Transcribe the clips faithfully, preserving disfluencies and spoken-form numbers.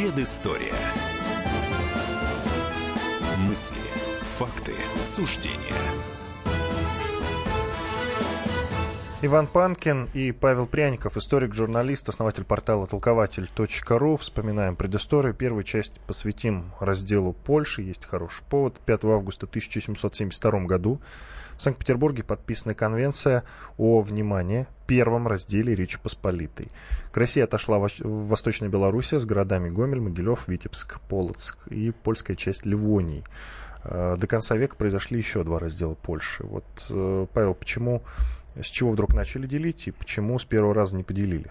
Предыстория. Мысли, факты, суждения. Иван Панкин и Павел Пряников, историк, журналист, основатель портала толкователь точка ру. Вспоминаем предысторию. Первую часть посвятим разделу Польши. Есть хороший повод. пятого августа тысяча семьсот семьдесят втором году в Санкт-Петербурге подписана конвенция о, внимание, первом разделе Речи Посполитой. К России отошла Восточная Белоруссия с городами Гомель, Могилев, Витебск, Полоцк и польская часть Ливонии. До конца века произошли еще два раздела Польши. Вот, Павел, почему... С чего вдруг начали делить и почему с первого раза не поделили?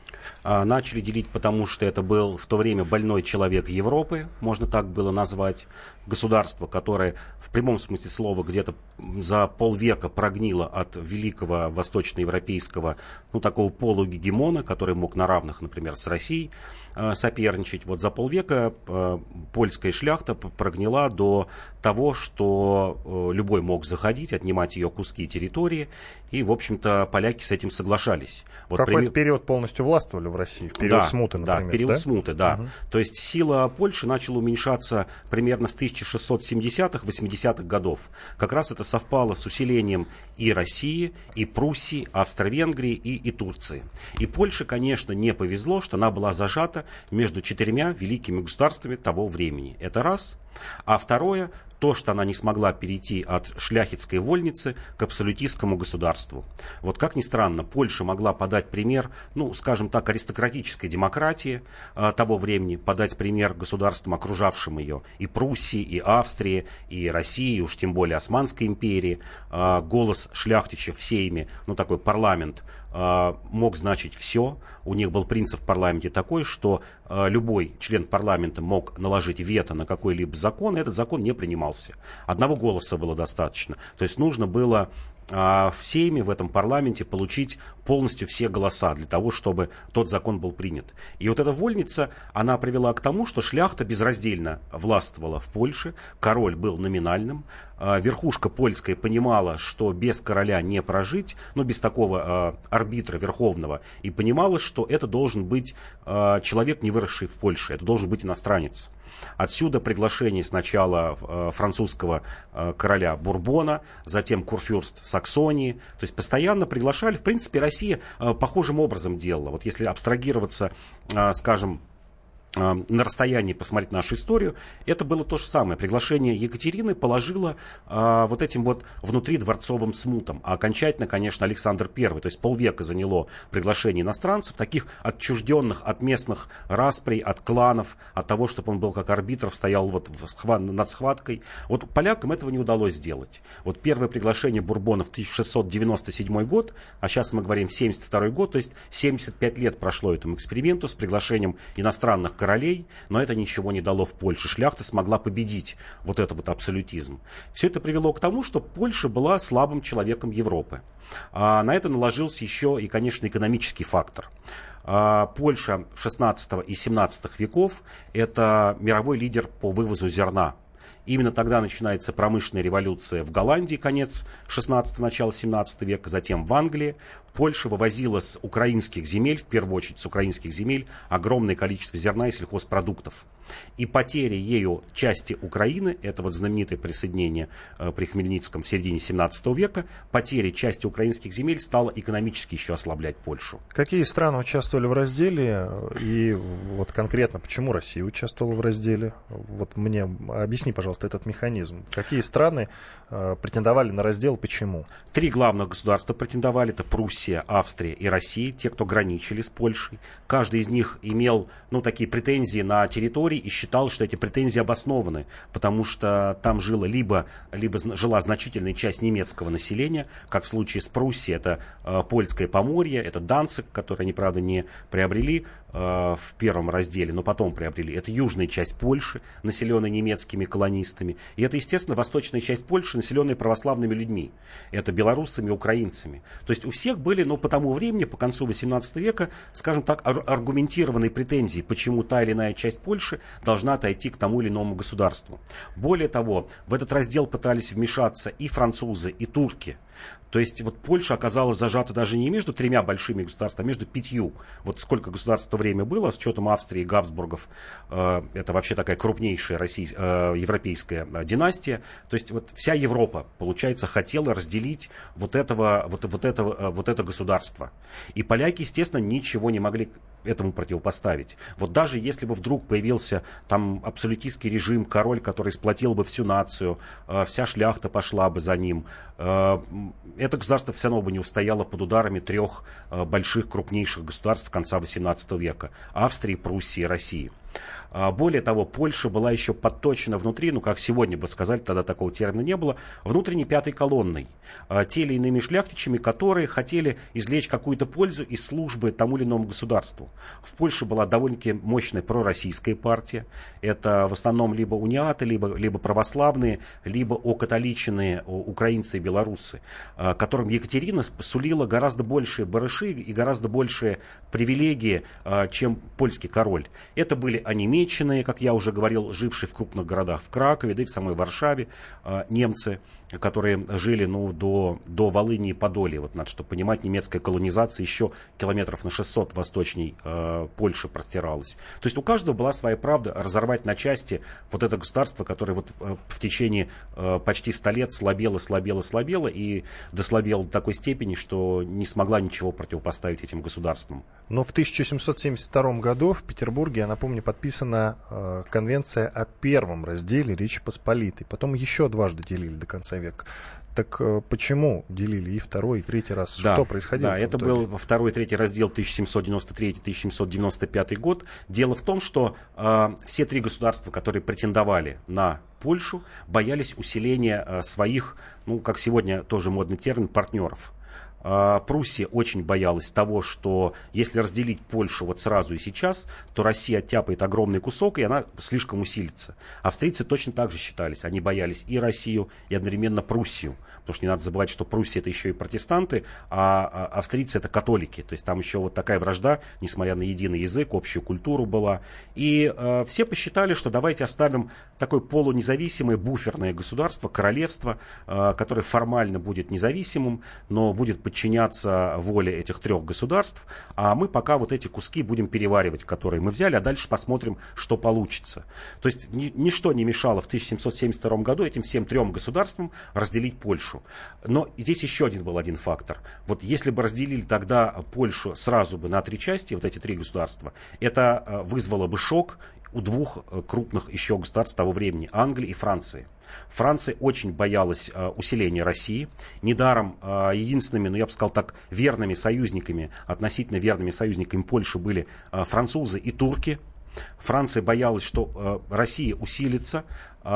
А, начали делить, потому что это был в то время больной человек Европы, можно так было назвать. Государство, которое в прямом смысле слова где-то за полвека прогнило от великого восточноевропейского, ну, такого полугегемона, который мог на равных, например, с Россией э, соперничать. Вот за полвека э, польская шляхта прогнила до того, что э, любой мог заходить, отнимать ее куски территории, и, в общем-то, поляки с этим соглашались. Вот какой-то при... период полностью властвовали в России, в период да, смуты, например. Да, в период да? смуты, да. Угу. То есть сила Польши начала уменьшаться примерно с тысяча шестьсот семидесятых — восьмидесятых годов. Как раз это совпало с усилением и России, и Пруссии, Австро-Венгрии и, и Турции. И Польше, конечно, не повезло, что она была зажата между четырьмя великими государствами того времени. Это раз. А второе, то, что она не смогла перейти от шляхетской вольницы к абсолютистскому государству. Вот как ни странно, Польша могла подать пример, ну, скажем так, аристократической демократии а, того времени, подать пример государствам, окружавшим ее, и Пруссии, и Австрии, и России, уж тем более Османской империи. А, голос шляхтича в Сейме, ну, такой парламент, а, мог значить все. У них был принцип в парламенте такой, что а, любой член парламента мог наложить вето на какой-либо закон, и этот закон не принимался. Одного голоса было достаточно. То есть нужно было а, в Сейме, в этом парламенте получить полностью все голоса для того, чтобы тот закон был принят. И вот эта вольница, она привела к тому, что шляхта безраздельно властвовала в Польше, король был номинальным, а, верхушка польская понимала, что без короля не прожить, ну, без такого а, арбитра верховного, и понимала, что это должен быть а, человек, не выросший в Польше, это должен быть иностранец. Отсюда приглашение сначала э, французского э, короля Бурбона, затем курфюрст Саксонии. То есть постоянно приглашали. В принципе, Россия э, похожим образом делала. Вот если абстрагироваться, э, скажем, на расстоянии посмотреть нашу историю, это было то же самое. Приглашение Екатерины положило а, вот этим вот внутридворцовым смутом. А окончательно, конечно, Александр Первый. То есть полвека заняло приглашение иностранцев, таких отчужденных от местных расприй, от кланов, от того, чтобы он был как арбитр, стоял вот в схват, над схваткой. Вот полякам этого не удалось сделать. Вот первое приглашение Бурбона в тысяча шестьсот девяносто седьмой год, а сейчас мы говорим семьдесят второй год, то есть семьдесят пять лет прошло этому эксперименту с приглашением иностранных королей, но это ничего не дало в Польше. Шляхта смогла победить вот этот вот абсолютизм. Все это привело к тому, что Польша была слабым человеком Европы. А на это наложился еще и, конечно, экономический фактор. А Польша шестнадцатого и семнадцатого веков – это мировой лидер по вывозу зерна. Именно тогда начинается промышленная революция в Голландии, конец шестнадцатого, начало семнадцатого века, затем в Англии. Польша вывозила с украинских земель, в первую очередь с украинских земель, огромное количество зерна и сельхозпродуктов. И потеря ею части Украины, это вот знаменитое присоединение э, при Хмельницком в середине семнадцатого века, потеря части украинских земель стала экономически еще ослаблять Польшу. Какие страны участвовали в разделе и вот конкретно почему Россия участвовала в разделе? Вот мне объясни, пожалуйста, этот механизм. Какие страны э, претендовали на раздел, почему? Три главных государства претендовали, это Пруссия, Австрия и Россия, те, кто граничили с Польшей. Каждый из них имел, ну, такие претензии на территории и считал, что эти претензии обоснованы, потому что там жило либо, либо жила значительная часть немецкого населения, как в случае с Пруссией, это э, Польское Поморье, это Данциг, который они, правда, не приобрели э, в первом разделе, но потом приобрели. Это южная часть Польши, населенная немецкими колонистами. И это, естественно, восточная часть Польши, населенная православными людьми. Это белорусами, украинцами. То есть у всех были, ну, по тому времени, по концу восемнадцатого века, скажем так, ар- аргументированные претензии, почему та или иная часть Польши должна отойти к тому или иному государству. Более того, в этот раздел пытались вмешаться и французы, и турки. То есть вот Польша оказалась зажата даже не между тремя большими государствами, а между пятью. Вот сколько государств в то время было, с учетом Австрии и Габсбургов, э, это вообще такая крупнейшая российская, э, европейская династия. То есть вот вся Европа, получается, хотела разделить вот, этого, вот, вот, этого, вот это государство. И поляки, естественно, ничего не могли этому противопоставить. Вот даже если бы вдруг появился там абсолютистский режим, король, который сплотил бы всю нацию, э, вся шляхта пошла бы за ним, э, это государство все равно бы не устояло под ударами трех э, больших, крупнейших государств конца восемнадцатого века. Австрии, Пруссии, России. Более того, Польша была еще подточена внутри, ну как сегодня бы сказали, тогда такого термина не было, внутренней пятой колонной. Те или иными шляхтичами, которые хотели извлечь какую-то пользу из службы тому или иному государству. В Польше была довольно-таки мощная пророссийская партия. Это в основном либо униаты, либо, либо православные, либо окатоличенные украинцы и белорусы, которым Екатерина сулила гораздо большие барыши и гораздо большие привилегии, чем польский король. Это были онемеченные, как я уже говорил, жившие в крупных городах, в Кракове, да и в самой Варшаве, э, немцы, которые жили ну, до, до Волыни и Подолья. Вот надо, чтобы понимать, немецкая колонизация еще километров на шестьсот восточней э, Польши простиралась. То есть у каждого была своя правда разорвать на части вот это государство, которое вот в, в течение э, почти ста лет слабело, слабело, слабело и дослабело до такой степени, что не смогла ничего противопоставить этим государствам. Но в тысяча семьсот семьдесят втором году в Петербурге, я напомню, подписана э, конвенция о первом разделе Речи Посполитой. Потом еще дважды делили до конца века. Так э, почему делили и второй, и третий раз? Да, что происходило? Да, это был второй и третий раздел тысяча семьсот девяносто третий — тысяча семьсот девяносто пятый год. Дело в том, что э, все три государства, которые претендовали на Польшу, боялись усиления э, своих, ну, как сегодня тоже модный термин, партнеров. Пруссия очень боялась того, что если разделить Польшу вот сразу и сейчас, то Россия оттяпает огромный кусок, и она слишком усилится. Австрийцы точно так же считались. Они боялись и Россию, и одновременно Пруссию. Потому что не надо забывать, что Пруссия — это еще и протестанты, а австрийцы — это католики. То есть там еще вот такая вражда, несмотря на единый язык, общую культуру была. И э, все посчитали, что давайте оставим такое полунезависимое буферное государство, королевство, э, которое формально будет независимым, но будет подчиняться воле этих трех государств, а мы пока вот эти куски будем переваривать, которые мы взяли, а дальше посмотрим, что получится. То есть ни, ничто не мешало в тысяча семьсот семьдесят втором году этим всем трем государствам разделить Польшу. Но здесь еще один был один фактор. Вот если бы разделили тогда Польшу сразу бы на три части, вот эти три государства, это вызвало бы шок у двух крупных еще государств того времени, Англии и Франции. Франция очень боялась э, усиления России. Недаром э, единственными, ну я бы сказал так, верными союзниками, относительно верными союзниками Польши были э, французы и турки. Франция боялась, что э, Россия усилится,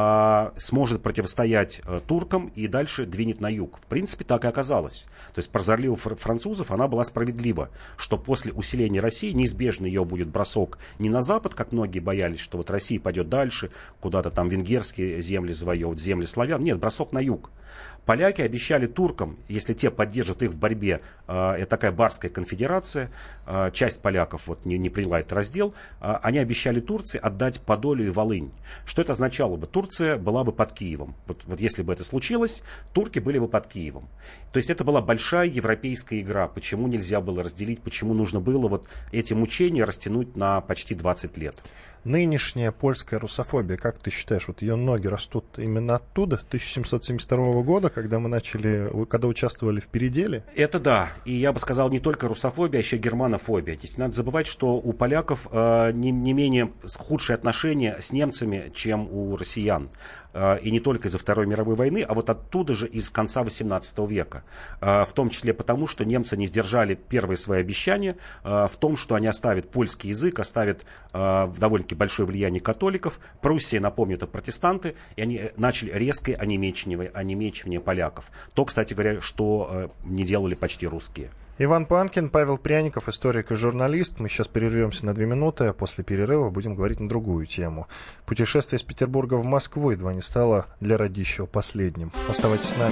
э, сможет противостоять э, туркам и дальше двинет на юг. В принципе, так и оказалось. То есть прозорливых французов она была справедлива, что после усиления России неизбежно ее будет бросок не на запад, как многие боялись, что вот Россия пойдет дальше, куда-то там венгерские земли завоевывать, земли славян. Нет, бросок на юг. Поляки обещали туркам, если те поддержат их в борьбе, э, это такая барская конфедерация, э, часть поляков вот не, не приняла этот раздел, э, они обещали Турции отдать Подолью и Волынь. Что это означало бы? Турция была бы под Киевом. Вот, вот если бы это случилось, турки были бы под Киевом. То есть это была большая европейская игра. Почему нельзя было разделить, почему нужно было вот эти мучения растянуть на почти двадцать лет? Нынешняя польская русофобия, как ты считаешь, вот ее ноги растут именно оттуда, с тысяча семьсот семьдесят второго года, когда мы начали, когда участвовали в переделе? Это да. И я бы сказал, не только русофобия, а еще германофобия. Здесь надо забывать, что у поляков э, не, не менее худшие отношения с немцами, чем у россиян. Э, и не только из-за Второй мировой войны, а вот оттуда же из конца восемнадцатого века. Э, в том числе потому, что немцы не сдержали первые свои обещания э, в том, что они оставят польский язык, оставят э, довольно-таки большое влияние католиков. Пруссия, напомню, это протестанты, и они начали резкое онемечивание, онемечивание поляков. То, кстати говоря, что э, не делали почти русские. Иван Панкин, Павел Пряников, историк и журналист. Мы сейчас прервемся на две минуты, а после перерыва будем говорить на другую тему. Путешествие из Петербурга в Москву едва не стало для Радищева последним. Оставайтесь с нами.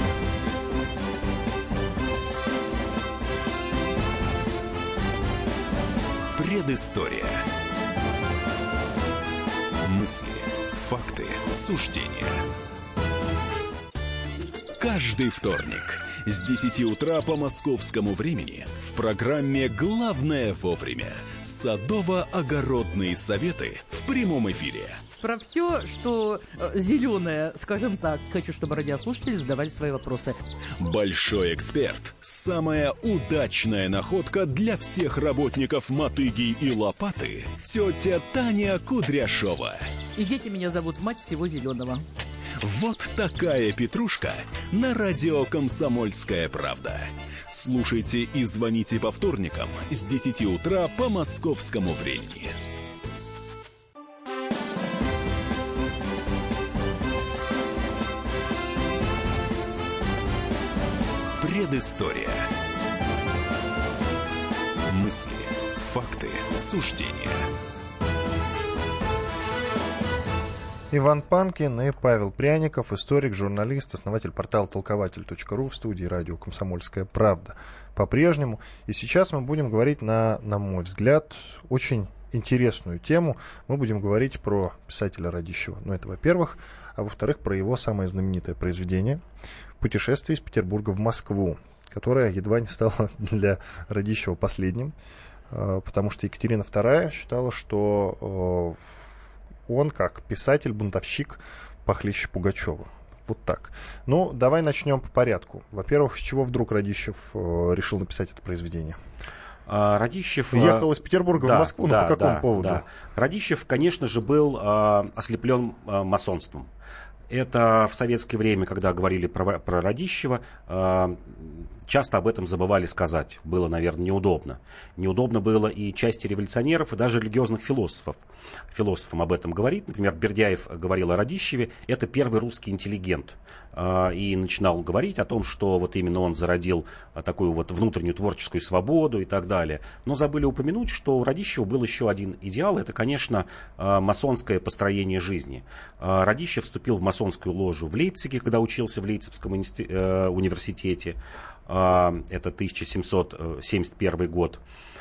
Предыстория. Мысли, факты, суждения. Каждый вторник С десяти утра по московскому времени в программе «Главное вовремя» садово-огородные советы в прямом эфире. Про все, что э, зеленое, скажем так. Хочу, чтобы радиослушатели задавали свои вопросы. Большой эксперт. Самая удачная находка для всех работников мотыги и лопаты. Тетя Таня Кудряшова. И дети меня зовут мать всего зеленого. Вот такая петрушка на радио «Комсомольская правда». Слушайте и звоните по вторникам с десяти утра по московскому времени. Предыстория. Мысли, факты, суждения. Иван Панкин и Павел Пряников, историк, журналист, основатель портала толкователь точка ру в студии радио «Комсомольская правда» по-прежнему. И сейчас мы будем говорить на, на мой взгляд, очень интересную тему. Мы будем говорить про писателя Радищева. Ну, это во-первых. А во-вторых, про его самое знаменитое произведение «Путешествие из Петербурга в Москву», которое едва не стало для Радищева последним, потому что Екатерина вторая считала, что он, как писатель-бунтовщик, похлеще Пугачева. Вот так. Ну, давай начнем по порядку. Во-первых, с чего вдруг Радищев решил написать это произведение? Радищев ехал из Петербурга да, в Москву, да, но по какому да, поводу? Да. Радищев, конечно же, был э, ослеплен э, масонством. Это в советское время, когда говорили про, про Радищева, э, часто об этом забывали сказать. Было, наверное, неудобно. Неудобно было и части революционеров, и даже религиозных философов. Философам об этом говорить. Например, Бердяев говорил о Радищеве. Это первый русский интеллигент. И начинал говорить о том, что вот именно он зародил такую вот внутреннюю творческую свободу и так далее. Но забыли упомянуть, что у Радищева был еще один идеал. Это, конечно, масонское построение жизни. Радищев вступил в масонскую ложу в Лейпциге, когда учился в Лейпцигском университете. Это тысяча семьсот семьдесят первый год.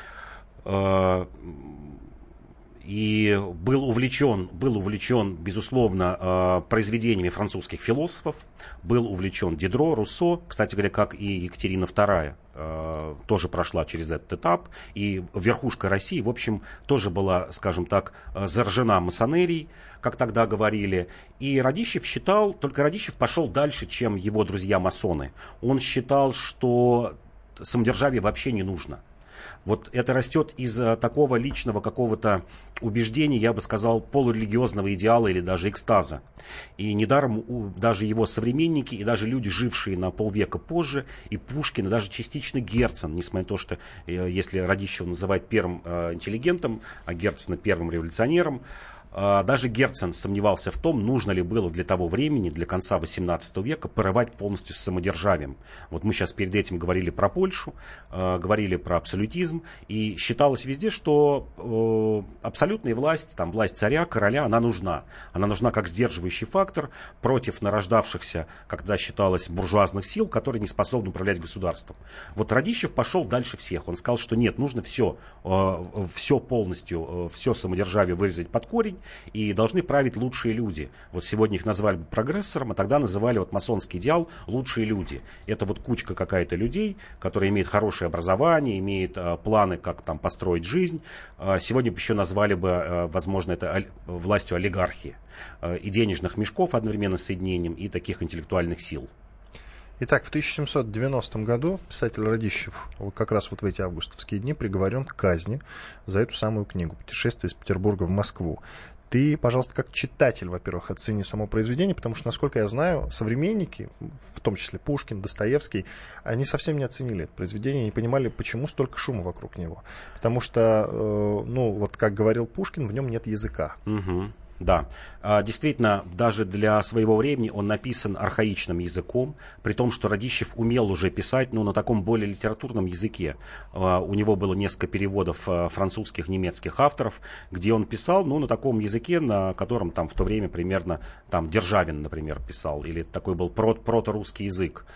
И был увлечен, был увлечен, безусловно, произведениями французских философов, был увлечен Дидро, Руссо, кстати говоря, как и Екатерина вторая, тоже прошла через этот этап, и верхушка России, в общем, тоже была, скажем так, заражена масонерией, как тогда говорили, и Радищев считал, только Радищев пошел дальше, чем его друзья-масоны. Он считал, что самодержавие вообще не нужно. Вот это растет из такого личного какого-то убеждения, я бы сказал, полурелигиозного идеала или даже экстаза. И недаром даже его современники и даже люди, жившие на полвека позже, и Пушкин, и даже частично Герцен, несмотря на то, что если Радищева называть первым интеллигентом, а Герцена первым революционером, даже Герцен сомневался в том, нужно ли было для того времени, для конца восемнадцатого века, порывать полностью с самодержавием. Вот мы сейчас перед этим говорили про Польшу, э, говорили про абсолютизм, и считалось везде, что э, абсолютная власть, там, власть царя, короля, она нужна. Она нужна как сдерживающий фактор против нарождавшихся, когда считалось, буржуазных сил, которые не способны управлять государством. Вот Радищев пошел дальше всех. Он сказал, что нет, нужно все, э, все полностью, э, все самодержавие вырезать под корень, и должны править лучшие люди. Вот сегодня их назвали бы прогрессором, а тогда называли вот масонский идеал лучшие люди. Это вот кучка какая-то людей, которые имеют хорошее образование, имеют а, планы, как там построить жизнь. А, сегодня бы еще назвали бы, а, возможно, это а, властью олигархии. А, и денежных мешков одновременно с соединением, и таких интеллектуальных сил. Итак, в тысяча семьсот девяностом году писатель Радищев, вот как раз вот в эти августовские дни, приговорен к казни за эту самую книгу «Путешествие из Петербурга в Москву». Ты, пожалуйста, как читатель, во-первых, оцени само произведение, потому что, насколько я знаю, современники, в том числе Пушкин, Достоевский, они совсем не оценили это произведение, не понимали, почему столько шума вокруг него. Потому что, э, ну, вот как говорил Пушкин, в нем нет языка. Угу. Да, действительно, даже для своего времени он написан архаичным языком, при том, что Радищев умел уже писать, ну, на таком более литературном языке. У него было несколько переводов французских, немецких авторов, где он писал, ну, на таком языке, на котором там в то время примерно там Державин, например, писал, или такой был прот, проторусский язык,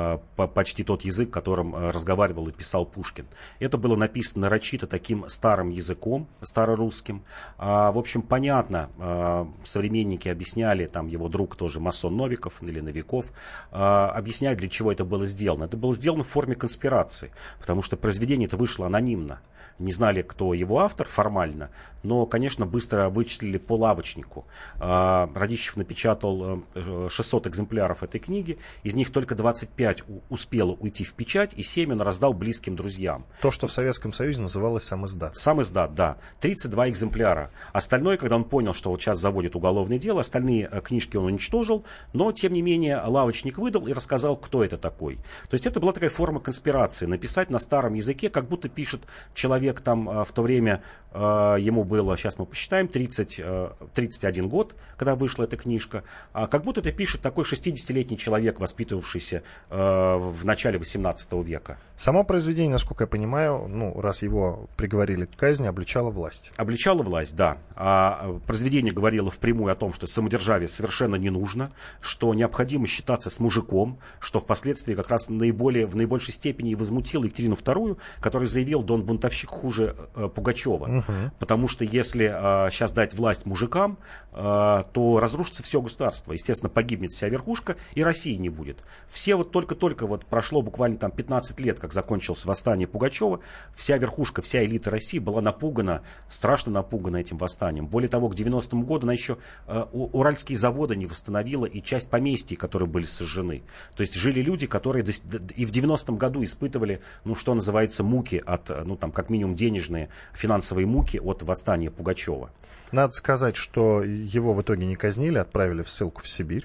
почти тот язык, которым разговаривал и писал Пушкин. Это было написано нарочито таким старым языком, старорусским. В общем, понятно, э, современники объясняли, там его друг тоже масон Новиков или Новиков, э, объясняли, для чего это было сделано. Это было сделано в форме конспирации, потому что произведение это вышло анонимно. Не знали, кто его автор формально, но, конечно, быстро вычислили по лавочнику. Э, Радищев напечатал шестьсот экземпляров этой книги, из них только двадцать пять успело уйти в печать, и семь он раздал близким друзьям. То, что в Советском Союзе называлось сам издат. Сам издат, да. тридцать два экземпляра. Остальное, когда он понял, что вот сейчас заводит уголовное дело, остальные книжки он уничтожил, но, тем не менее, лавочник выдал и рассказал, кто это такой. То есть это была такая форма конспирации. Написать на старом языке, как будто пишет человек там в то время, ему было, сейчас мы посчитаем, тридцать, тридцать один год, когда вышла эта книжка, как будто это пишет такой шестидесятилетний человек, воспитывавшийся в начале восемнадцатого века. Само произведение, насколько я понимаю, ну, раз его приговорили к казни, обличало власть. Обличала власть, да. А произведение говорило впрямую о том, что самодержавие совершенно не нужно, что необходимо считаться с мужиком, что впоследствии как раз наиболее, в наибольшей степени и возмутило Екатерину вторую, который заявил: Дон бунтовщик хуже э, Пугачева. Угу. Потому что если э, сейчас дать власть мужикам, э, то разрушится все государство. Естественно, погибнет вся верхушка, и России не будет. Все вот только-только вот прошло буквально там пятнадцать лет, как закончилось восстание Пугачева, вся верхушка, вся элита России была напугана, страшно напугана этим восстанием. Более того, к девяностому году она еще э, уральские заводы не восстановила и часть поместий, которые были сожжены. То есть жили люди, которые до, и в девяностом году испытывали, ну, что называется, муки от, ну, там, как минимум денежные, финансовые муки от восстания Пугачева. Надо сказать, что его в итоге не казнили, отправили в ссылку в Сибирь.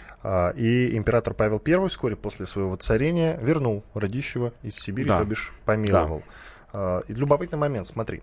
И император Павел Первый вскоре после своего воцарения вернул Радищева из Сибири, да. То бишь помиловал. Да. И любопытный момент, смотри.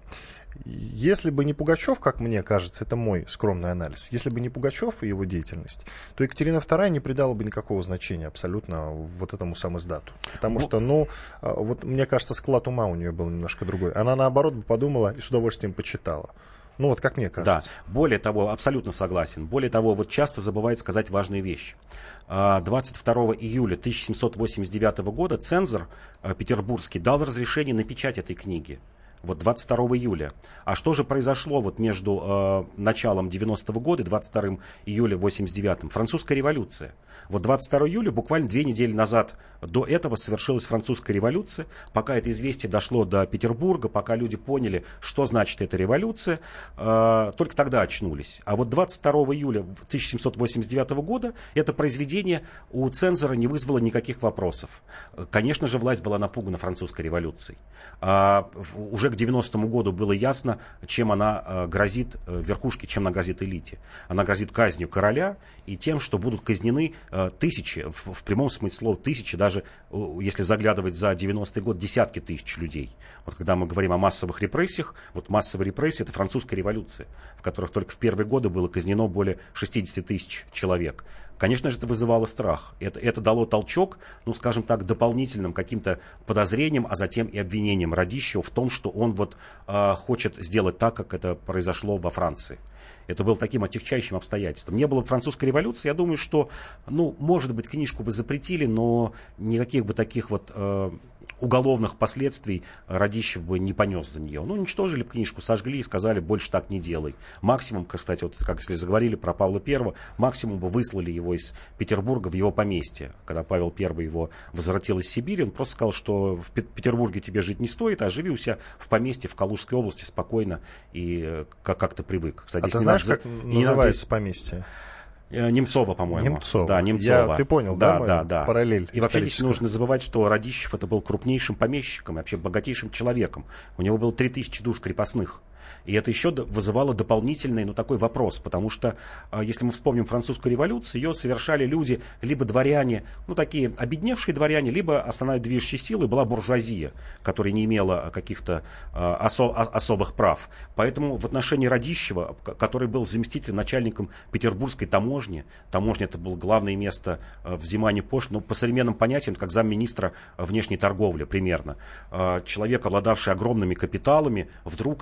Если бы не Пугачев, как мне кажется, это мой скромный анализ, если бы не Пугачев и его деятельность, то Екатерина вторая не придала бы никакого значения абсолютно вот этому самиздату. Потому ну, что, ну, вот мне кажется, склад ума у нее был немножко другой. Она, наоборот, бы подумала и с удовольствием почитала. Ну вот, как мне кажется. Да, более того, абсолютно согласен. Более того, вот часто забывают сказать важные вещи. двадцать второго июля тысяча семьсот восемьдесят девятого года цензор петербургский дал разрешение на печать этой книги. Вот двадцать второго июля. А что же произошло вот между э, началом девяностого года и двадцать второго июля восемьдесят девятым? Французская революция. Вот двадцать второго июля, буквально две недели назад до этого совершилась французская революция. Пока это известие дошло до Петербурга, пока люди поняли, что значит эта революция, э, только тогда очнулись. А вот двадцать второго июля тысяча семьсот восемьдесят девятого года это произведение у цензора не вызвало никаких вопросов. Конечно же, власть была напугана французской революцией. А, уже к девяностому году было ясно, чем она э, грозит э, верхушке, чем она грозит элите. Она грозит казнью короля и тем, что будут казнены э, тысячи, в, в прямом смысле слова тысячи, даже э, если заглядывать за девяностый год, десятки тысяч людей. Вот когда мы говорим о массовых репрессиях, вот массовые репрессии — это французская революция, в которых только в первые годы было казнено более шестьдесят тысяч человек. Конечно же, это вызывало страх. Это, это дало толчок, ну, скажем так, дополнительным каким-то подозрением, а затем и обвинением Радищева в том, что он вот э, хочет сделать так, как это произошло во Франции. Это было таким отягчающим обстоятельством. Не было бы французской революции, я думаю, что, ну, может быть, книжку бы запретили, но никаких бы таких вот э, уголовных последствий Радищев бы не понес за нее. Ну, уничтожили бы книжку, сожгли и сказали: больше так не делай. Максимум, кстати, вот как если заговорили про Павла Первого, максимум бы выслали его из Петербурга в его поместье. Когда Павел Первый его возвратил из Сибири, он просто сказал, что в Петербурге тебе жить не стоит, а живи у себя в поместье в Калужской области спокойно и как, как ты привык. Кстати, а ты знаешь, надо... как называется поместье? Немцова, по-моему. Немцова. Да, Немцова. Я, ты понял, да? Да, да, да. Параллель. И вообще здесь нужно забывать, что Радищев это был крупнейшим помещиком, вообще богатейшим человеком. У него было три тысячи душ крепостных. И это еще вызывало дополнительный, ну, такой вопрос, потому что, если мы вспомним французскую революцию, ее совершали люди, либо дворяне, ну, такие обедневшие дворяне, либо основной движущей силой была буржуазия, которая не имела каких-то осо- особых прав. Поэтому в отношении Радищева, который был заместителем начальником петербургской таможни, таможня это было главное место взимания пошлин, ну, по современным понятиям, как замминистра внешней торговли примерно, человек, обладавший огромными капиталами, вдруг начинает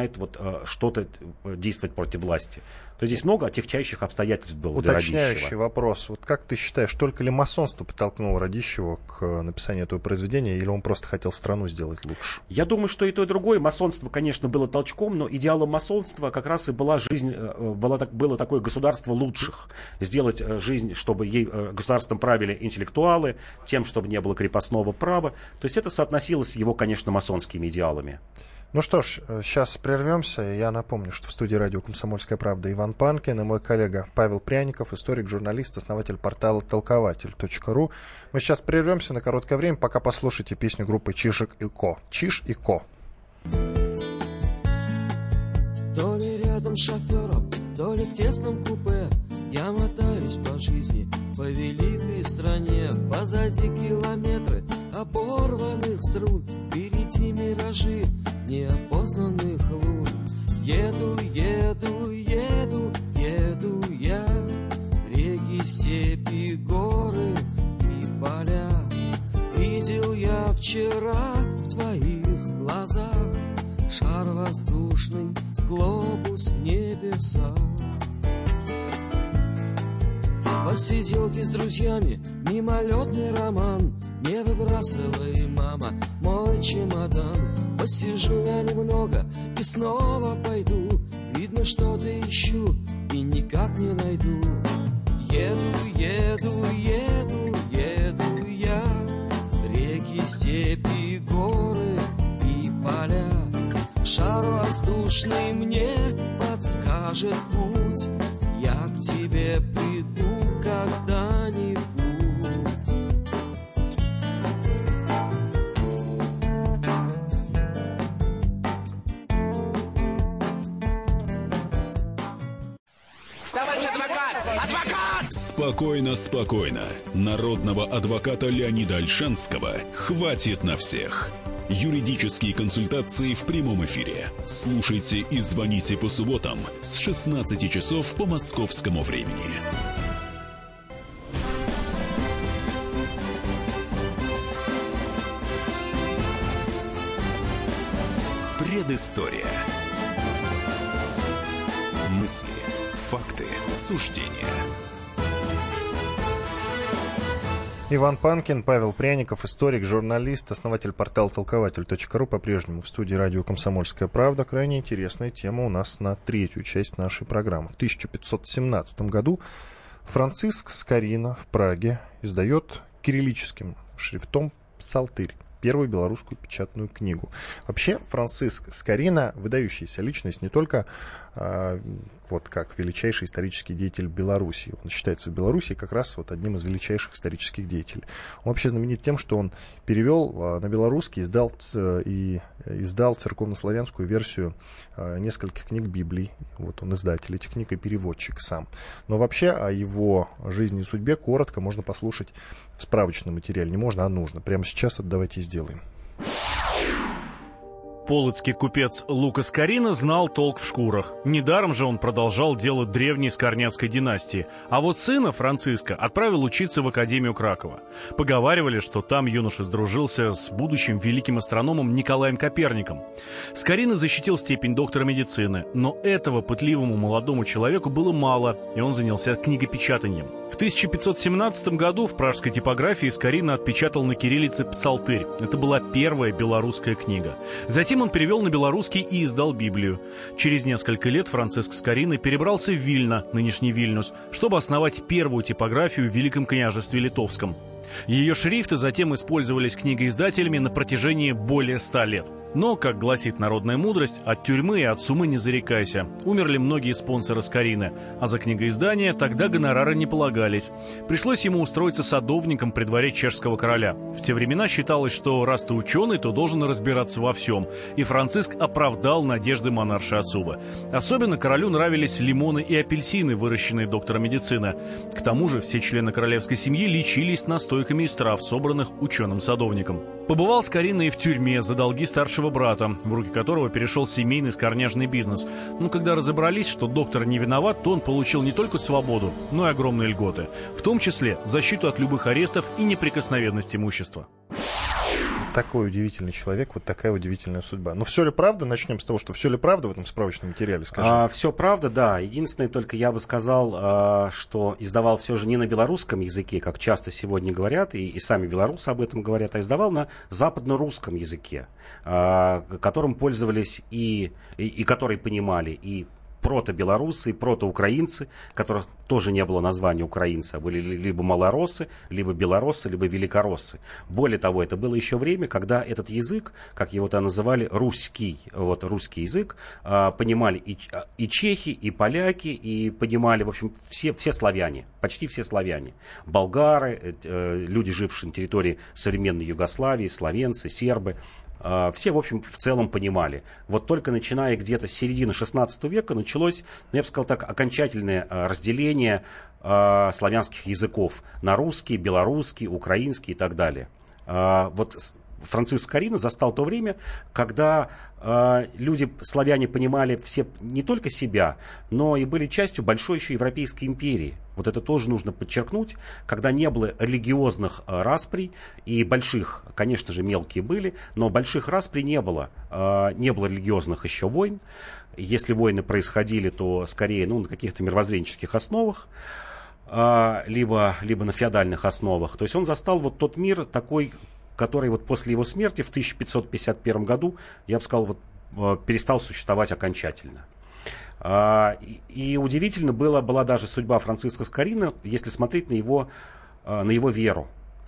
начинает вот, что-то действовать против власти. То есть здесь много отягчающих обстоятельств было для Радищева. Уточняющий вопрос. Вот как ты считаешь, только ли масонство подтолкнуло Радищева к написанию этого произведения, или он просто хотел страну сделать лучше? Я думаю, что и то, и другое. Масонство, конечно, было толчком, но идеалом масонства как раз и была жизнь, было, было такое государство лучших. Сделать жизнь, чтобы ей государством правили интеллектуалы, тем, чтобы не было крепостного права. То есть это соотносилось с его, конечно, масонскими идеалами. Ну что ж, сейчас прервемся. Я напомню, что в студии радио «Комсомольская правда» Иван Панкин и мой коллега Павел Пряников, историк, журналист, основатель портала толкователь точка ру. Мы сейчас прервемся на короткое время, пока послушайте песню группы Чижик и Ко. Чиж и Ко. То ли рядом с шофером, то ли в тесном купе я мотаюсь по жизни, по великой стране. Позади километры оборванных струн, впереди миражи неопознанных лун. Еду, еду, еду, еду я, реки, степи, горы и поля. Видел я вчера в твоих глазах шар воздушный, глобус в небесах. Посиделки с друзьями, мимолетный роман. Не выбрасывай, мама, мой чемодан. Посижу я немного и снова пойду. Видно, что-то ищу и никак не найду. Еду, еду, еду, еду я. Реки, степи, горы и поля. Шар воздушный мне подскажет путь. Я к тебе приду когда-нибудь. Товарищ адвокат! Адвокат! Спокойно, спокойно. Народного адвоката Леонида Ольшанского хватит на всех. Юридические консультации в прямом эфире. Слушайте и звоните по субботам с шестнадцати часов по московскому времени. Предыстория. Мысли, факты, суждения. Иван Панкин, Павел Пряников, историк, журналист, основатель портала толкователь точка ру, по-прежнему в студии радио «Комсомольская правда». Крайне интересная тема у нас на третью часть нашей программы. В тысяча пятьсот семнадцатом году Франциск Скорина в Праге издает кириллическим шрифтом «Псалтырь», первую белорусскую печатную книгу. Вообще, Франциск Скорина — выдающаяся личность не только э, вот как величайший исторический деятель Беларуси. Он считается в Беларуси как раз вот одним из величайших исторических деятелей. Он вообще знаменит тем, что он перевел э, на белорусский, издал, ц, и издал церковнославянскую версию э, нескольких книг Библии. Вот он издатель этих книг и переводчик сам. Но вообще о его жизни и судьбе коротко можно послушать в справочном материале. Не можно, а нужно. Прямо сейчас это давайте сделаем. Полоцкий купец Лука Скорина знал толк в шкурах. Недаром же он продолжал дело древней скорняцкой династии. А вот сына Франциска отправил учиться в Академию Кракова. Поговаривали, что там юноша сдружился с будущим великим астрономом Николаем Коперником. Скорина защитил степень доктора медицины, но этого пытливому молодому человеку было мало, и он занялся книгопечатанием. В тысяча пятьсот семнадцатом году в пражской типографии Скорина отпечатал на кириллице «Псалтырь». Это была первая белорусская книга. Затем он перевел на белорусский и издал Библию. Через несколько лет Франциск Скорина перебрался в Вильно, нынешний Вильнюс, чтобы основать первую типографию в Великом княжестве Литовском. Ее шрифты затем использовались книгоиздателями на протяжении более ста лет. Но, как гласит народная мудрость, от тюрьмы и от сумы не зарекайся. Умерли многие спонсоры Скорины, а за книгоиздание тогда гонорары не полагались. Пришлось ему устроиться садовником при дворе чешского короля. В те времена считалось, что раз ты ученый, то должен разбираться во всем. И Франциск оправдал надежды монарши особо. Особенно королю нравились лимоны и апельсины, выращенные доктором медицины. К тому же все члены королевской семьи лечились настойками из трав, собранных ученым-садовником. Побывал Скорина и в тюрьме за долги старшего брата, в руки которого перешел семейный скорняжный бизнес. Но когда разобрались, что доктор не виноват, то он получил не только свободу, но и огромные льготы, в том числе защиту от любых арестов и неприкосновенность имущества. В такой удивительный человек, вот такая удивительная судьба. Но все ли правда? Начнем с того, что все ли правда в этом справочном материале, скажи. А, все правда, да. Единственное, только я бы сказал, а, что издавал все же не на белорусском языке, как часто сегодня говорят, и, и сами белорусы об этом говорят, а издавал на западно-русском языке, а, которым пользовались и, и, и который понимали и прото-белорусы, и прото-украинцы, которых тоже не было названия украинцы, а были либо малороссы, либо белороссы, либо великороссы. Более того, это было еще время, когда этот язык, как его тогда называли, русский, вот русский язык, понимали и, и чехи, и поляки, и понимали, в общем, все, все славяне, почти все славяне. Болгары, люди, жившие на территории современной Югославии, словенцы, сербы. Все, в общем, в целом понимали. Вот только начиная где-то с середины шестнадцатого века началось, ну, я бы сказал так, окончательное разделение э, славянских языков на русский, белорусский, украинский и так далее. Э, вот Франциск Скорина застал то время, когда э, люди, славяне, понимали все не только себя, но и были частью большой еще Европейской империи. Вот это тоже нужно подчеркнуть, когда не было религиозных э, расприй, и больших, конечно же, мелкие были, но больших расприй не было. Э, не было религиозных еще войн. Если войны происходили, то скорее ну, на каких-то мировоззренческих основах, э, либо, либо на феодальных основах. То есть он застал вот тот мир такой, который вот после его смерти в тысяча пятьсот пятьдесят первом году, я бы сказал, вот, перестал существовать окончательно. И, и удивительно было, была даже судьба Франциска Скорина, если смотреть на его, на его веру.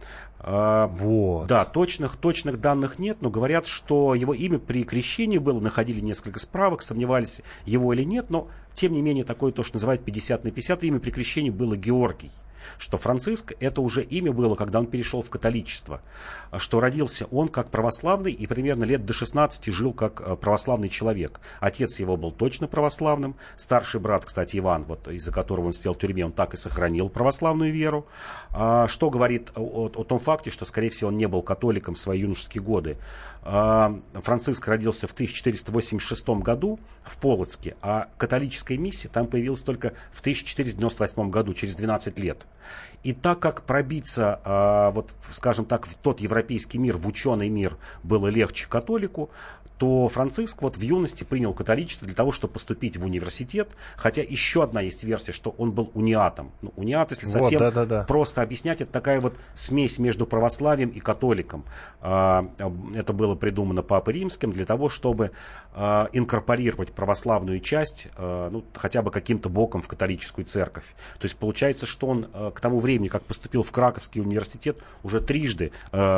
Вот. Да, точных, точных данных нет, но говорят, что его имя при крещении было, находили несколько справок, сомневались, его или нет, но тем не менее такое то, что называют пятьдесят на пятьдесят, имя при крещении было Георгий. Что Франциск, это уже имя было, когда он перешел в католичество, что родился он как православный и примерно лет до шестнадцати жил как православный человек. Отец его был точно православным, старший брат, кстати, Иван, вот, из-за которого он сидел в тюрьме, он так и сохранил православную веру, что говорит о, о том факте, что, скорее всего, он не был католиком в свои юношеские годы. Франциск родился в тысяча четыреста восемьдесят шестом году в Полоцке, а католическая миссия там появилась только в тысяча четыреста девяносто восьмом году, через двенадцать лет. И так как пробиться, вот, скажем так, в тот европейский мир, в ученый мир было легче католику, то Франциск вот в юности принял католичество для того, чтобы поступить в университет. Хотя еще одна есть версия, что он был униатом. Ну, униат, если совсем вот, да, да, да. просто объяснять, это такая вот смесь между православием и католиком. Это было придумано Папой Римским для того, чтобы инкорпорировать православную часть, ну, хотя бы каким-то боком в католическую церковь. То есть получается, что он к тому времени, как поступил в Краковский университет, уже трижды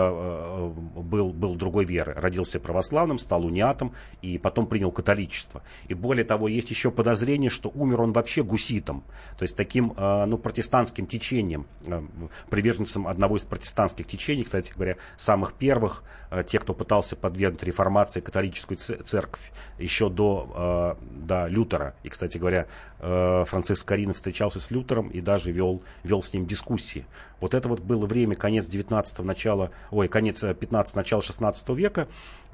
был, был другой веры. Родился православным, стал униатом, и потом принял католичество. И более того, есть еще подозрение, что умер он вообще гуситом, то есть таким ну, протестантским течением, приверженцем одного из протестантских течений, кстати говоря, самых первых, те, кто пытался подвергнуть реформации католическую церковь еще до, до Лютера. И, кстати говоря, Франциск Скорина встречался с Лютером и даже вел, вел с ним дискуссии. Вот это вот было время, конец девятнадцатого, начало, ой, конец пятнадцатого, начало шестнадцатого века,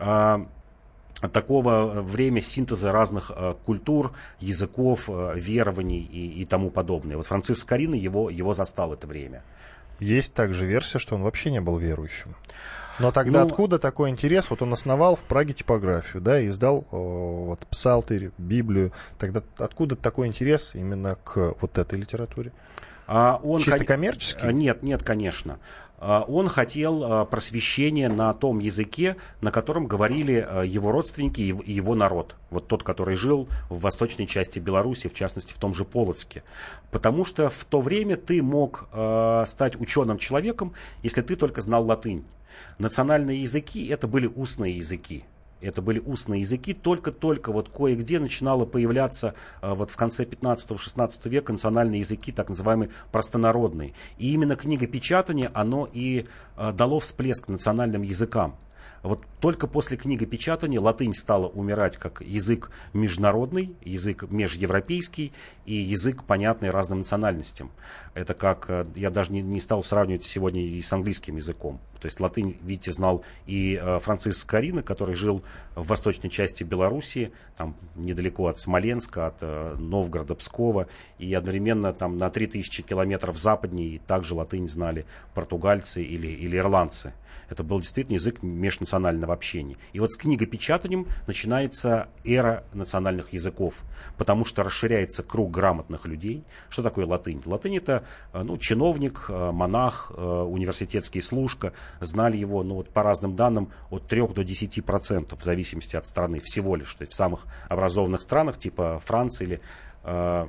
такого время синтеза разных э, культур, языков, э, верований и, и тому подобное. Вот Франциск Скорина его, его застал это время. Есть также версия, что он вообще не был верующим. Но тогда ну, откуда такой интерес? Вот он основал в Праге типографию, да, и издал о, вот, Псалтырь, Библию. Тогда откуда такой интерес именно к вот этой литературе? А он Чисто кон... коммерческий? Нет, нет, конечно. Он хотел просвещения на том языке, на котором говорили его родственники и его народ. Вот тот, который жил в восточной части Беларуси, в частности в том же Полоцке. Потому что в то время ты мог стать ученым человеком, если ты только знал латынь. Национальные языки — это были устные языки. Это были устные языки, только-только вот кое-где начинало появляться вот в конце пятнадцатого-шестнадцатого века национальные языки, так называемые простонародные. И именно книгопечатание, оно и дало всплеск национальным языкам. Вот только после книгопечатания латынь стала умирать как язык международный, язык межевропейский и язык, понятный разным национальностям. Это как, я даже не, не стал сравнивать сегодня и с английским языком. То есть латынь, видите, знал и э, Франциск Скорина, который жил в восточной части Белоруссии, там недалеко от Смоленска, от э, Новгорода, Пскова, и одновременно там на три тысячи километров западнее также латынь знали португальцы или, или ирландцы. Это был действительно язык меж межнационального общения. И вот с книгопечатанием начинается эра национальных языков, потому что расширяется круг грамотных людей. Что такое латынь? Латынь — это ну, чиновник, монах, университетский служка. Знали его, ну, вот, по разным данным, от трёх до десяти процентов, в зависимости от страны, всего лишь. То есть в самых образованных странах, типа Франции или э,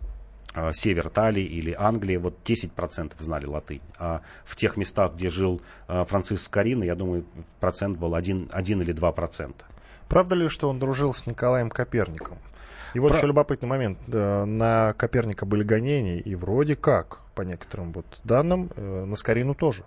э, север Италии или Англии, вот десять процентов знали латынь. А в тех местах, где жил э, Франциск Скорина, я думаю, процент был один, один или два процента. Правда ли, что он дружил с Николаем Коперником? И вот Про... еще любопытный момент. На Коперника были гонения, и вроде как, по некоторым вот данным, на Скорину тоже.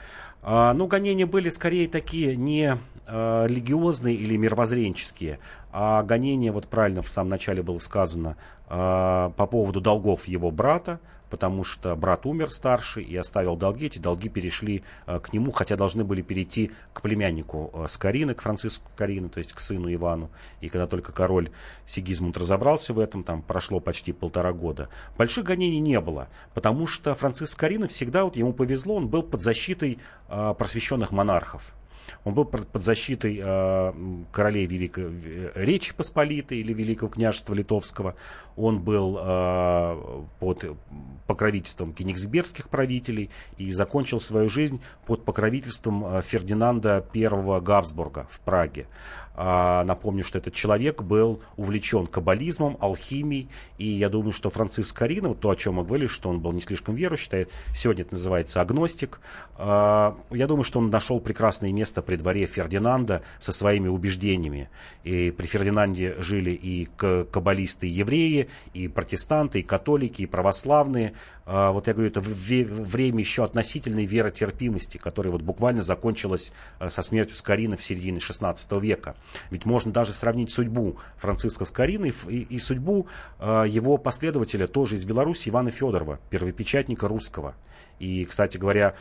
А, ну, гонения были скорее такие не а, религиозные или мировоззренческие, а гонения, вот правильно в самом начале было сказано, а, по поводу долгов его брата, потому что брат умер старший и оставил долги. Эти долги перешли а, к нему, хотя должны были перейти к племяннику а, Скорины, к Франциску Скорину, то есть к сыну Ивану. И когда только король Сигизмунд разобрался в этом, там прошло почти полтора года, больших гонений не было, потому что Франциск Скорина всегда, вот ему повезло, он был под защитой а, просвещенных монархов. Он был под защитой э, королей Великой Речи Посполитой или Великого княжества Литовского. Он был э, под покровительством кенигсбергских правителей и закончил свою жизнь под покровительством Фердинанда Первого Габсбурга в Праге. А, напомню, что этот человек был увлечен каббализмом, алхимией, и я думаю, что Франциск Скорина, вот то, о чем мы говорили, что он был не слишком верующий, сегодня это называется агностик, а, я думаю, что он нашел прекрасное место при дворе Фердинанда со своими убеждениями. И при Фердинанде жили и каббалисты, и евреи, и протестанты, и католики, и православные. А, вот я говорю, это время еще относительной веротерпимости, которая вот буквально закончилась со смертью Скорина в середине шестнадцатого века. Ведь можно даже сравнить судьбу Франциска Скорины и, и судьбу э, его последователя, тоже из Беларуси, Ивана Федорова, первопечатника русского. И, кстати говоря,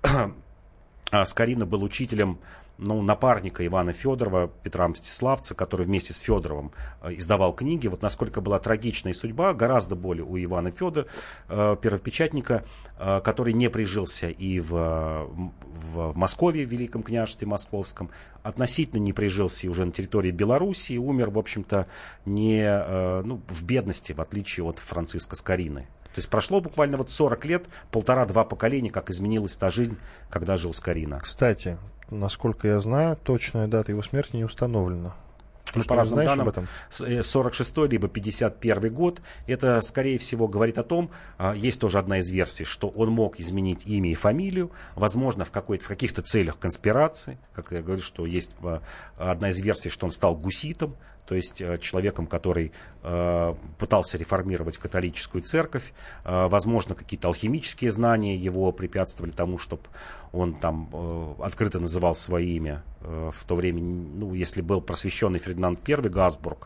Скорина был учителем, ну, напарника Ивана Федорова, Петра Мстиславца, который вместе с Федоровым э, издавал книги. Вот насколько была трагичная судьба, гораздо более у Ивана Федора, э, первопечатника, э, который не прижился и в, в, в Москве, в Великом княжестве Московском, относительно не прижился и уже на территории Белоруссии, умер, в общем-то, не, э, ну, в бедности, в отличие от Франциска Скорины. То есть прошло буквально вот сорок лет, полтора-два поколения, как изменилась та жизнь, когда жил Скорина. Кстати, насколько я знаю, точная дата его смерти не установлена. Ну, по разным данным, сорок шестой либо пятьдесят первый год. Это, скорее всего, говорит о том, есть тоже одна из версий, что он мог изменить имя и фамилию, возможно, в, какой-то, в каких-то целях конспирации. Как я говорю, что есть одна из версий, что он стал гуситом, то есть человеком, который э, пытался реформировать католическую церковь. Э, возможно, какие-то алхимические знания его препятствовали тому, чтобы он там э, открыто называл свое имя. Э, в то время, ну, если был просвещенный Фердинанд Первый Габсбург,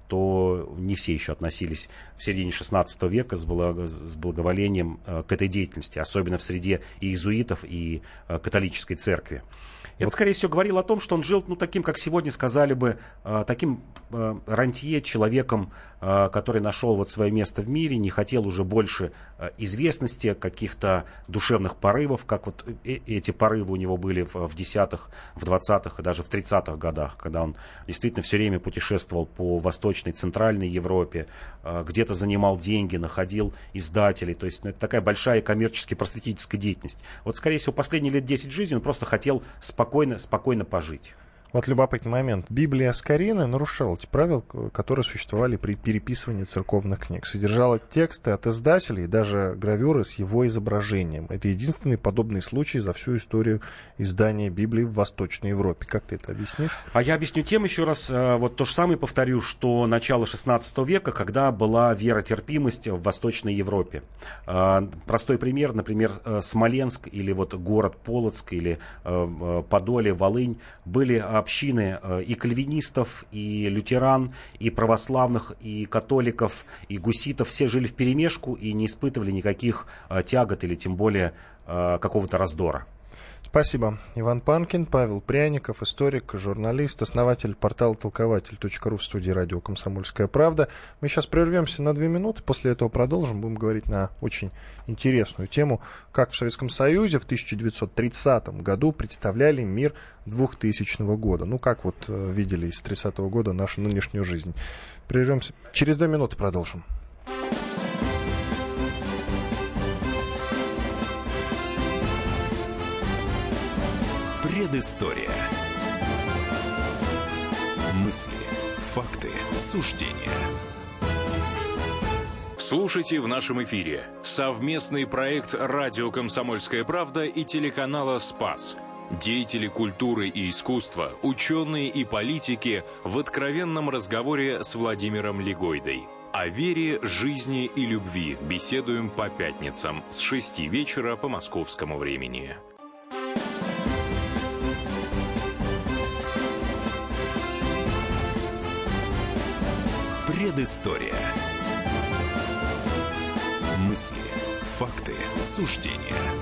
то не все еще относились в середине шестнадцатого века с, благо, с благоволением э, к этой деятельности, особенно в среде иезуитов и э, католической церкви. Это, скорее всего, говорило о том, что он жил, ну, таким, как сегодня сказали бы, э, таким э, рантье, человеком, э, который нашел вот свое место в мире, не хотел уже больше э, известности, каких-то душевных порывов, как вот э, эти порывы у него были в, в десятых, в двадцатых и даже в тридцатых годах, когда он действительно все время путешествовал по Восточной, Центральной Европе, э, где-то занимал деньги, находил издателей. То есть, ну, это такая большая коммерческая просветительская деятельность. Вот, скорее всего, последние лет десять жизни он просто хотел спокойно Спокойно, спокойно пожить. Вот любопытный момент. Библия Скорины нарушала те правила, которые существовали при переписывании церковных книг. Содержала тексты от издателей и даже гравюры с его изображением. Это единственный подобный случай за всю историю издания Библии в Восточной Европе. Как ты это объяснишь? А я объясню тем еще раз, вот то же самое повторю, что начало шестнадцатого века, когда была веротерпимость в Восточной Европе. Простой пример, например, Смоленск или вот город Полоцк или Подолье, Волынь были общины и кальвинистов, и лютеран, и православных, и католиков, и гуситов. Все жили вперемешку и не испытывали никаких тягот или тем более какого-то раздора. Спасибо. Иван Панкин, Павел Пряников, историк, журналист, основатель портала толкователь точка ру в студии радио «Комсомольская правда». Мы сейчас прервемся на две минуты, после этого продолжим. Будем говорить на очень интересную тему, как в Советском Союзе в тысяча девятьсот тридцатом году представляли мир двухтысячного года. Ну, как вот видели из тридцатого года нашу нынешнюю жизнь. Прервемся. Через две минуты продолжим. Предыстория. Мысли, факты, суждения. Слушайте в нашем эфире совместный проект «Радио Комсомольская правда» и телеканала «Спас». Деятели культуры и искусства, ученые и политики в откровенном разговоре с Владимиром Легойдой. О вере, жизни и любви беседуем по пятницам с шести вечера по московскому времени. Предыстория. Мысли, факты, суждения.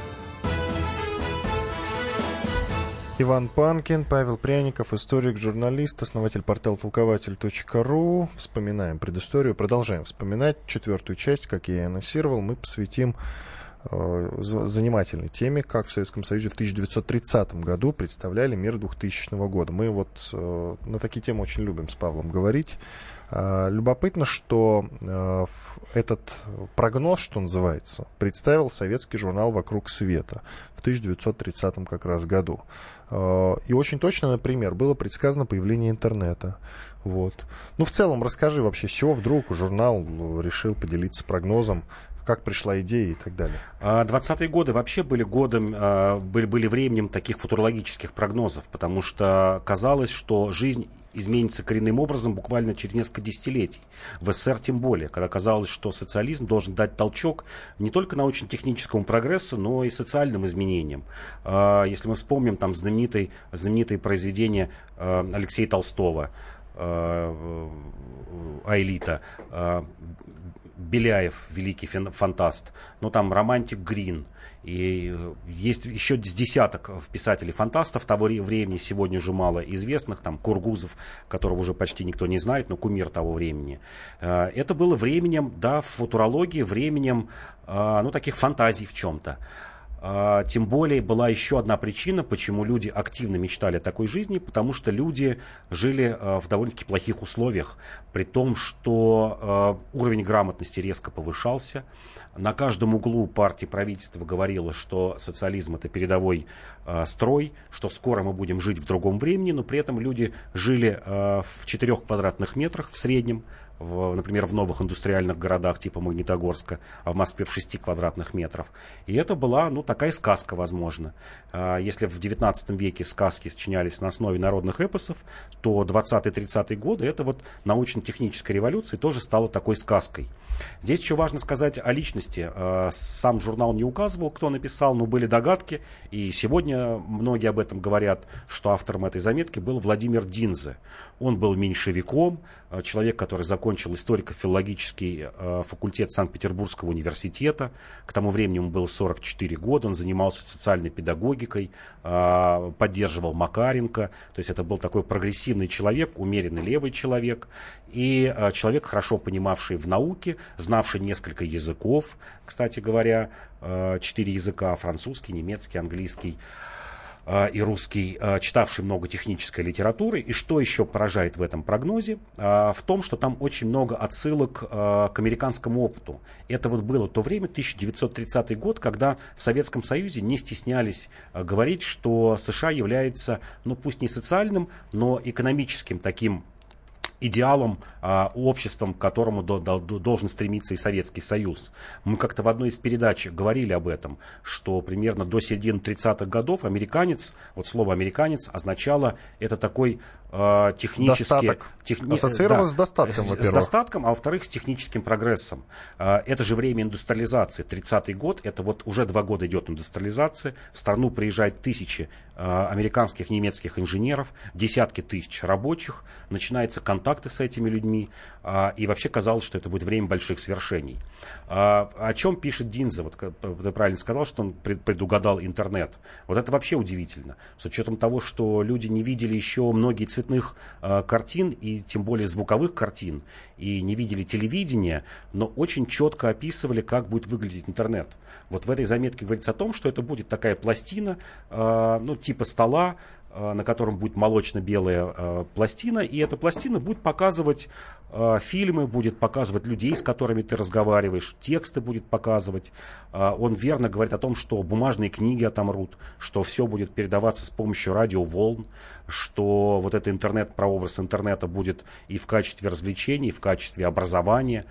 Иван Панкин, Павел Пряников, историк, журналист, основатель портала толкователь точка ру. Вспоминаем предысторию, продолжаем вспоминать. Четвертую часть, как я и анонсировал, мы посвятим э, занимательной теме, как в Советском Союзе в тысяча девятьсот тридцатом году представляли мир двухтысячного года. Мы вот э, на такие темы очень любим с Павлом говорить. Любопытно, что э, этот прогноз, что называется, представил советский журнал «Вокруг света» в тысяча девятьсот тридцатом как раз году. Э, и очень точно, например, было предсказано появление интернета. Вот. Ну, в целом, расскажи вообще, с чего вдруг журнал решил поделиться прогнозом, как пришла идея и так далее. двадцатые годы вообще были годом, были, были временем таких футурологических прогнозов, потому что казалось, что жизнь изменится коренным образом буквально через несколько десятилетий. В СССР тем более, когда казалось, что социализм должен дать толчок не только научно-техническому прогрессу, но и социальным изменениям. Если мы вспомним там знаменитые, знаменитые произведения Алексея Толстого, Аэлита, Беляев, великий фантаст, ну там романтик Грин, и есть еще с десяток писателей-фантастов того времени, сегодня уже мало известных, там Кургузов, которого уже почти никто не знает, но кумир того времени. Это было временем, да, в футурологии, временем, ну, таких фантазий в чем-то. Тем более была еще одна причина, почему люди активно мечтали о такой жизни, потому что люди жили в довольно-таки плохих условиях, при том, что уровень грамотности резко повышался. На каждом углу партии правительства говорило, что социализм — это передовой строй, что скоро мы будем жить в другом времени, но при этом люди жили в четырех квадратных метрах в среднем, в, например, в новых индустриальных городах типа Магнитогорска, а в Москве в шести квадратных метров. И это была, ну, такая сказка, возможно. Если в девятнадцатом веке сказки сочинялись на основе народных эпосов, то двадцатые-тридцатые годы это вот научно-техническая революция тоже стала такой сказкой. Здесь еще важно сказать о личности. Сам журнал не указывал, кто написал, но были догадки. И сегодня многие об этом говорят, что автором этой заметки был Владимир Динзе. Он был меньшевиком, человек, который закончил историко-филологический факультет Санкт-Петербургского университета. К тому времени ему было сорок четыре года. Он занимался социальной педагогикой, поддерживал Макаренко. То есть это был такой прогрессивный человек, умеренный левый человек. И человек, хорошо понимавший в науке, знавший несколько языков, кстати говоря, четыре языка: французский, немецкий, английский и русский, читавший много технической литературы. И что еще поражает в этом прогнозе? В том, что там очень много отсылок к американскому опыту. Это вот было то время, тысяча девятьсот тридцатый год, когда в Советском Союзе не стеснялись говорить, что США является, ну пусть не социальным, но экономическим таким идеалом, а, обществом, к которому до, до, должен стремиться и Советский Союз. Мы как-то в одной из передач говорили об этом, что примерно до середины тридцатых годов американец, вот слово американец означало, это такой э, технически... Достаток. Техни... Ассоциировалось да, с достатком, во-первых. С достатком, а во-вторых, с техническим прогрессом. Э, это же время индустриализации. тридцатый год, это вот уже два года идет индустриализация. В страну приезжают тысячи э, американских, немецких инженеров, десятки тысяч рабочих. Начинаются контакты с этими людьми. Э, и вообще казалось, что это будет время больших свершений. Э, о чем пишет Динзе? Вот ты правильно сказал, что он предугадал интернет. Вот это вообще удивительно. С учетом того, что люди не видели еще многие цветных э, картин, и тем более звуковых картин, и не видели телевидения, но очень четко описывали, как будет выглядеть интернет. Вот в этой заметке говорится о том, что это будет такая пластина, э, ну, типа стола, э, на котором будет молочно-белая э, пластина, и эта пластина будет показывать э, фильмы, будет показывать людей, с которыми ты разговариваешь, тексты будет показывать. Э, он верно говорит о том, что бумажные книги отомрут, что все будет передаваться с помощью радиоволн, что вот этот интернет, прообраз интернета будет и в качестве развлечений, и в качестве образования,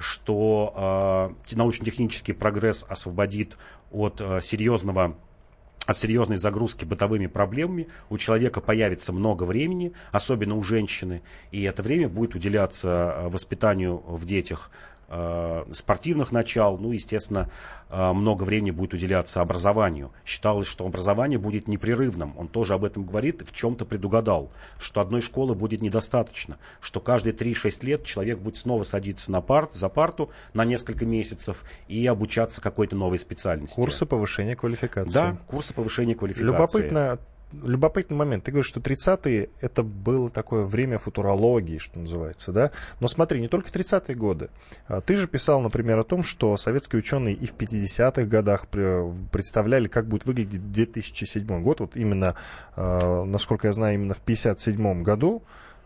что э, научно-технический прогресс освободит от э, серьезного от серьезной загрузки бытовыми проблемами. У человека появится много времени, особенно у женщины, и это время будет уделяться воспитанию в детях спортивных начал, ну, естественно, много времени будет уделяться образованию. Считалось, что образование будет непрерывным. Он тоже об этом говорит, в чем-то предугадал, что одной школы будет недостаточно, что каждые три-шесть лет человек будет снова садиться на парт, за парту на несколько месяцев и обучаться какой-то новой специальности. Курсы повышения квалификации. Да, курсы повышения квалификации. Любопытно. Любопытный момент. Ты говоришь, что тридцатые это было такое время футурологии, что называется, да? Но смотри, не только тридцатые годы. Ты же писал, например, о том, что советские ученые и в пятидесятых годах представляли, как будет выглядеть две тысячи седьмой год. Вот именно, насколько я знаю, именно в пятьдесят седьмом году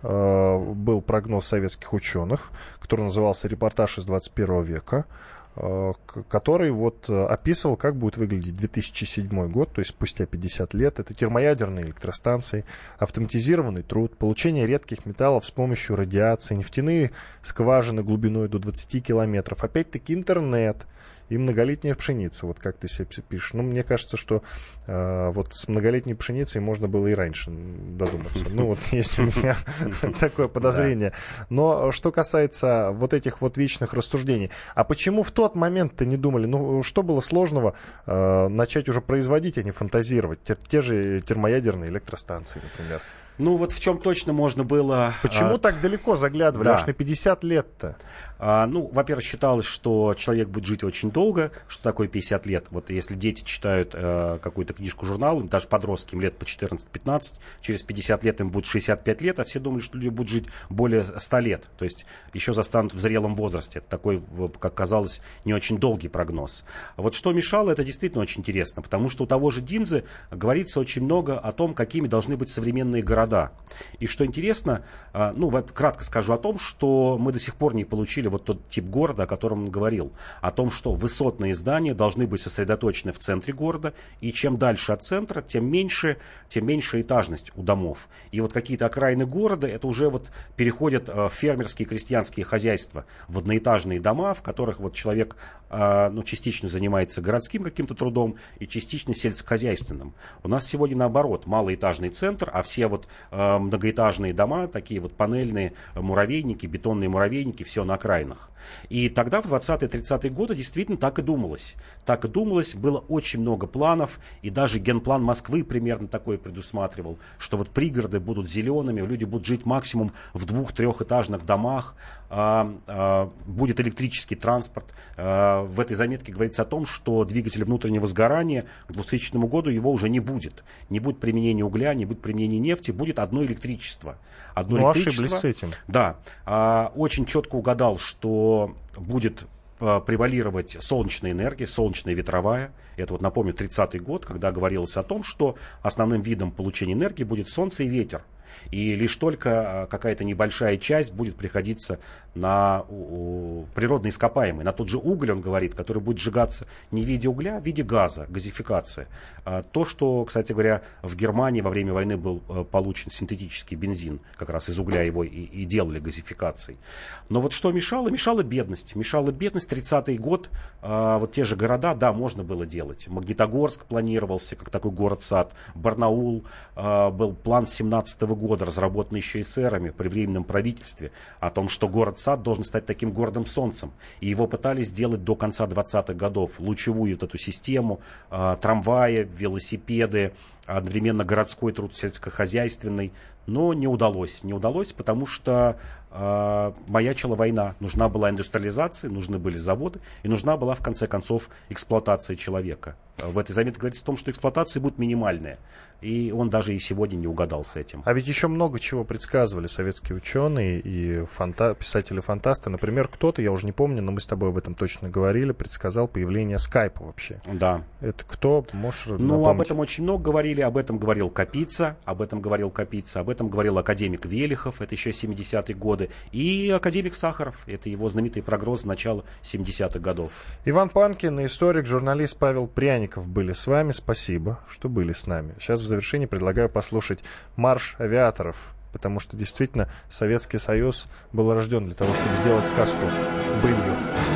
был прогноз советских ученых, который назывался «Репортаж из двадцать первого века», который вот описывал, как будет выглядеть две тысячи седьмой год, то есть спустя пятьдесят лет. Это термоядерные электростанции, автоматизированный труд, получение редких металлов с помощью радиации, нефтяные скважины глубиной до двадцати километров, опять-таки интернет и многолетняя пшеница, вот как ты себе пишешь. Ну, мне кажется, что э, вот с многолетней пшеницей можно было и раньше додуматься. Ну, вот есть у меня такое подозрение. Но что касается вот этих вот вечных рассуждений, а почему в тот момент-то не думали, ну, что было сложного э, начать уже производить, а не фантазировать? Те, те же термоядерные электростанции, например. Ну, вот в чем точно можно было... Почему а... так далеко заглядывали? Да. Аж на пятьдесят лет-то. А, ну, во-первых, считалось, что человек будет жить очень долго. Что такое пятьдесят лет? Вот если дети читают э, какую-то книжку, журнал, даже подростки, им лет по четырнадцать-пятнадцать, через пятьдесят лет им будет шестьдесят пять лет, а все думали, что люди будут жить более ста лет. То есть еще застанут в зрелом возрасте. Это такой, как казалось, не очень долгий прогноз. Вот что мешало, это действительно очень интересно, потому что у того же Динзе говорится очень много о том, какими должны быть современные города. И что интересно, ну, кратко скажу о том, что мы до сих пор не получили вот тот тип города, о котором он говорил. О том, что высотные здания должны быть сосредоточены в центре города, и чем дальше от центра, тем меньше, тем меньше этажность у домов. И вот какие-то окраины города, это уже вот переходят в фермерские крестьянские хозяйства, в одноэтажные дома, в которых вот человек, ну, частично занимается городским каким-то трудом и частично сельскохозяйственным. У нас сегодня наоборот, малоэтажный центр, а все вот многоэтажные дома, такие вот панельные муравейники, бетонные муравейники, все на окраинах. И тогда в двадцатые-тридцатые годы действительно так и думалось. Так и думалось, было очень много планов, и даже генплан Москвы примерно такое предусматривал, что вот пригороды будут зелеными, люди будут жить максимум в двух-трехэтажных домах, а, а, будет электрический транспорт. А, в этой заметке говорится о том, что двигатель внутреннего сгорания к двухтысячному году его уже не будет. Не будет применения угля, не будет применения нефти, будет одно электричество. Одно ну, электричество. Ошиблись с этим. Да. А, очень четко угадал, что будет а, превалировать солнечная энергия, солнечная ветровая. Это вот, напомню, тридцатый год, когда говорилось о том, что основным видом получения энергии будет солнце и ветер. И лишь только какая-то небольшая часть будет приходиться на природные ископаемые, на тот же уголь, он говорит, который будет сжигаться не в виде угля, а в виде газа, газификация. То, что, кстати говоря, в Германии во время войны был получен синтетический бензин, как раз из угля его и, и делали газификацией. Но вот что мешало? Мешала бедность. Мешала бедность. тридцатый год, вот те же города, да, можно было делать. Магнитогорск планировался, как такой город-сад. Барнаул, был план семнадцатого года. года, разработанный еще эсерами при Временном правительстве, о том, что город-сад должен стать таким городом солнцем. И его пытались сделать до конца двадцатых годов. Лучевую вот эту систему, э, трамваи, велосипеды, одновременно городской труд, сельскохозяйственный. Но не удалось. Не удалось, потому что э, маячила война. Нужна была индустриализация, нужны были заводы, и нужна была, в конце концов, эксплуатация человека. В этой заметке говорится о том, что эксплуатация будет минимальная. И он даже и сегодня не угадал с этим. А ведь еще много чего предсказывали советские ученые и фанта... писатели-фантасты. Например, кто-то, я уже не помню, но мы с тобой об этом точно говорили, предсказал появление скайпа вообще. Да. Это кто? Можешь напомнить? Ну, об этом очень много говорили. Об этом говорил Капица, об этом говорил Капица, об этом говорил академик Велихов, это еще семидесятые годы, и академик Сахаров, это его знаменитые прогнозы начала семидесятых годов. Иван Панкин и историк, журналист Павел Пряников были с вами. Спасибо, что были с нами. Сейчас в завершении предлагаю послушать марш авиаторов, потому что действительно Советский Союз был рожден для того, чтобы сделать сказку былью.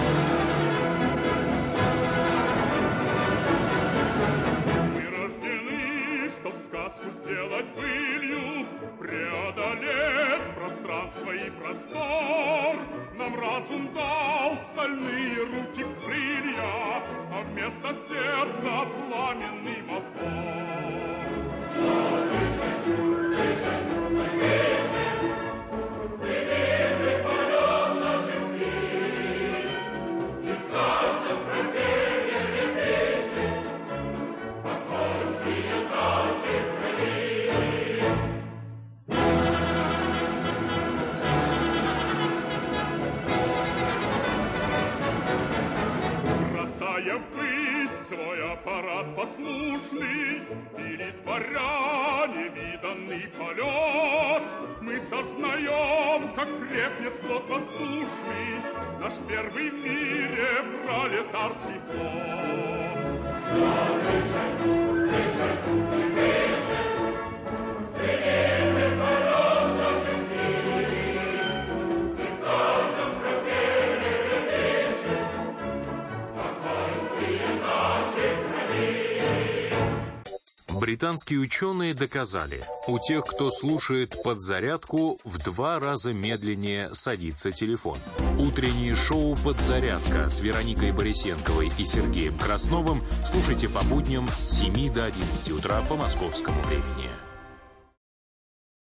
Сделать былью, преодолеть пространство и простор. Нам разум дал стальные руки крылья, а вместо сердца пламенный мотор. Дышать, дышать, дышать, стремительный полет наших птиц, и в каждом пропеллере дышит спокойствие наших границ. Бросая ввысь свой аппарат послушный, перетворя невиданный полет, мы сознаем, как крепнет флот воздушный, наш первый в мире пролетарский флот. Дышать, дышать, дышать, стремительный полет наших птиц, и в каждом пропеллере дышит спокойствие наших границ. Британские ученые доказали, у тех, кто слушает «Подзарядку», в два раза медленнее садится телефон. Утреннее шоу «Подзарядка» с Вероникой Борисенковой и Сергеем Красновым слушайте по будням с семи до одиннадцати утра по московскому времени.